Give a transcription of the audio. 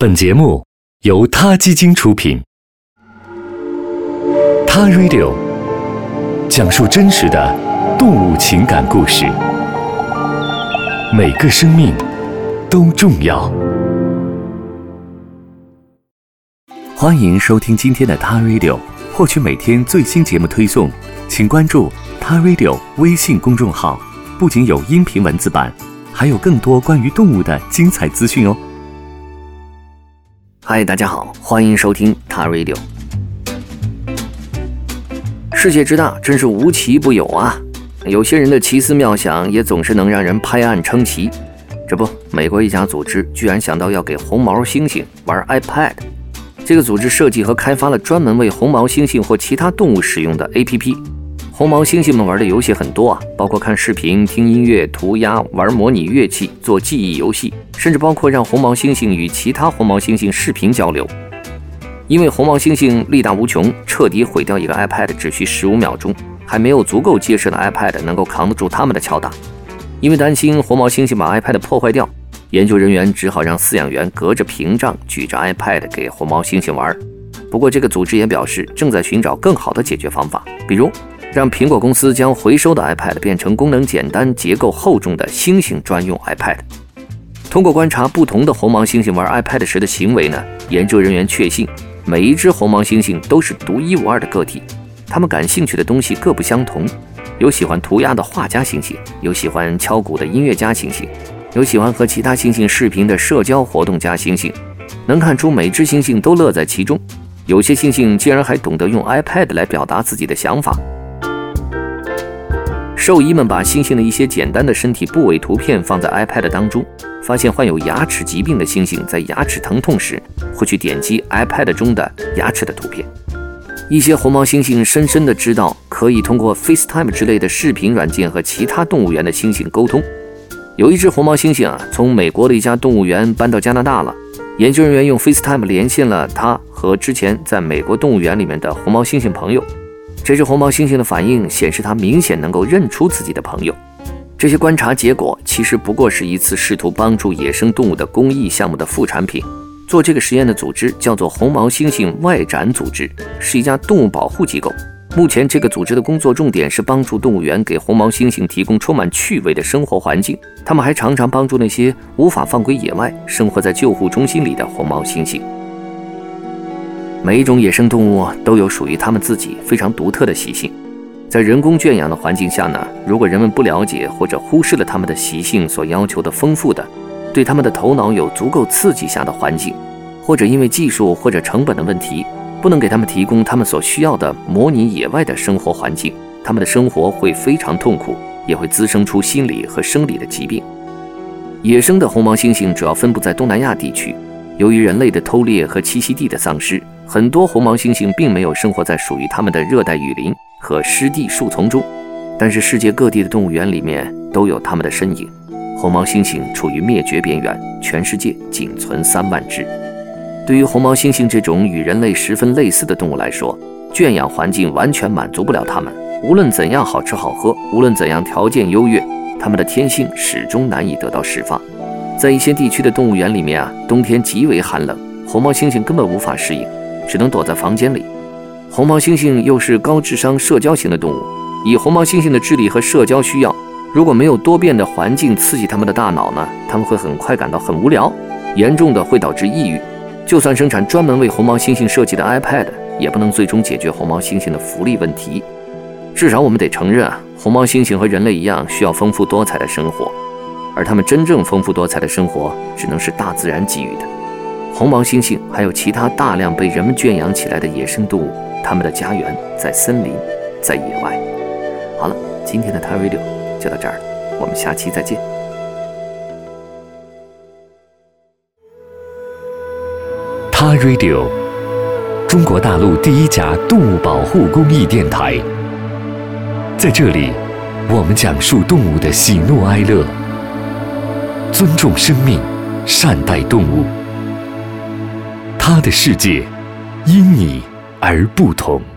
本节目由他基金出品，他 Radio 讲述真实的动物情感故事，每个生命都重要。欢迎收听今天的他 Radio， 获取每天最新节目推送，请关注他 Radio 微信公众号，不仅有音频文字版，还有更多关于动物的精彩资讯哦。 嗨，大家好，欢迎收听他 Radio。 世界之大，真是无奇不有啊！有些人的奇思妙想也总是能让人拍案称奇。这不，美国一家组织居然想到要给红毛猩猩玩 iPad。 这个组织设计和开发了专门为红毛猩猩或其他动物使用的 APP。 红毛猩猩们玩的游戏很多啊，包括看视频、听音乐、涂鸦、玩模拟乐器、做记忆游戏，甚至包括让红毛猩猩与其他红毛猩猩视频交流。因为红毛猩猩力大无穷，彻底毁掉一个 iPad 只需15秒钟，还没有足够结实的 iPad 能够扛得住他们的敲打。因为担心红毛猩猩把 iPad 破坏掉，研究人员只好让饲养员隔着屏障举着 iPad 给红毛猩猩玩。不过这个组织也表示正在寻找更好的解决方法，比如让苹果公司将回收的 iPad 变成功能简单、结构厚重的猩猩专用 iPad。 通过观察不同的红毛猩猩玩 iPad 时的行为呢，研究人员确信每一只红毛猩猩都是独一无二的个体，它们感兴趣的东西各不相同，有喜欢涂鸦的画家猩猩，有喜欢敲鼓的音乐家猩猩，有喜欢和其他猩猩视频的社交活动家猩猩。能看出每只猩猩都乐在其中，有些猩猩竟然还懂得用 iPad 来表达自己的想法。兽医们把猩猩的一些简单的身体部位图片放在 iPad 当中，发现患有牙齿疾病的猩猩在牙齿疼痛时会去点击 iPad 中的牙齿的图片。一些红毛猩猩深深地知道可以通过 FaceTime 之类的视频软件和其他动物园的猩猩沟通。有一只红毛猩猩从美国的一家动物园搬到加拿大了，研究人员用 FaceTime 连线了它和之前在美国动物园里面的红毛猩猩朋友。这只红毛猩猩的反应显示它明显能够认出自己的朋友。这些观察结果其实不过是一次试图帮助野生动物的公益项目的副产品。做这个实验的组织叫做红毛猩猩外展组织，是一家动物保护机构。目前这个组织的工作重点是帮助动物园给红毛猩猩提供充满趣味的生活环境，他们还常常帮助那些无法放归野外、生活在救护中心里的红毛猩猩。每一种野生动物都有属于它们自己非常独特的习性，在人工圈养的环境下呢，如果人们不了解或者忽视了它们的习性所要求的丰富的、对它们的头脑有足够刺激下的环境，或者因为技术或者成本的问题，不能给他们提供他们所需要的模拟野外的生活环境，他们的生活会非常痛苦，也会滋生出心理和生理的疾病。野生的红毛猩猩主要分布在东南亚地区，由于人类的偷猎和栖息地的丧失，很多红毛猩猩并没有生活在属于它们的热带雨林和湿地树丛中，但是世界各地的动物园里面都有它们的身影。红毛猩猩处于灭绝边缘，全世界仅存3万只。对于红毛猩猩这种与人类十分类似的动物来说，圈养环境完全满足不了它们，无论怎样好吃好喝，无论怎样条件优越，它们的天性始终难以得到释放。在一些地区的动物园里面冬天极为寒冷，红毛猩猩根本无法适应，只能躲在房间里。红毛猩猩又是高智商社交型的动物，以红毛猩猩的智力和社交需要，如果没有多变的环境刺激它们的大脑呢，它们会很快感到很无聊，严重的会导致抑郁。就算生产专门为红毛猩猩设计的 iPad， 也不能最终解决红毛猩猩的福利问题。至少我们得承认红毛猩猩和人类一样需要丰富多彩的生活，而它们真正丰富多彩的生活只能是大自然给予的。红毛猩猩还有其他大量被人们圈养起来的野生动物，它们的家园在森林，在野外。好了，今天的他 Radio 就到这儿了，我们下期再见。 他 Radio， 中国大陆第一家动物保护公益电台。在这里，我们讲述动物的喜怒哀乐，尊重生命，善待动物。他的世界因你而不同。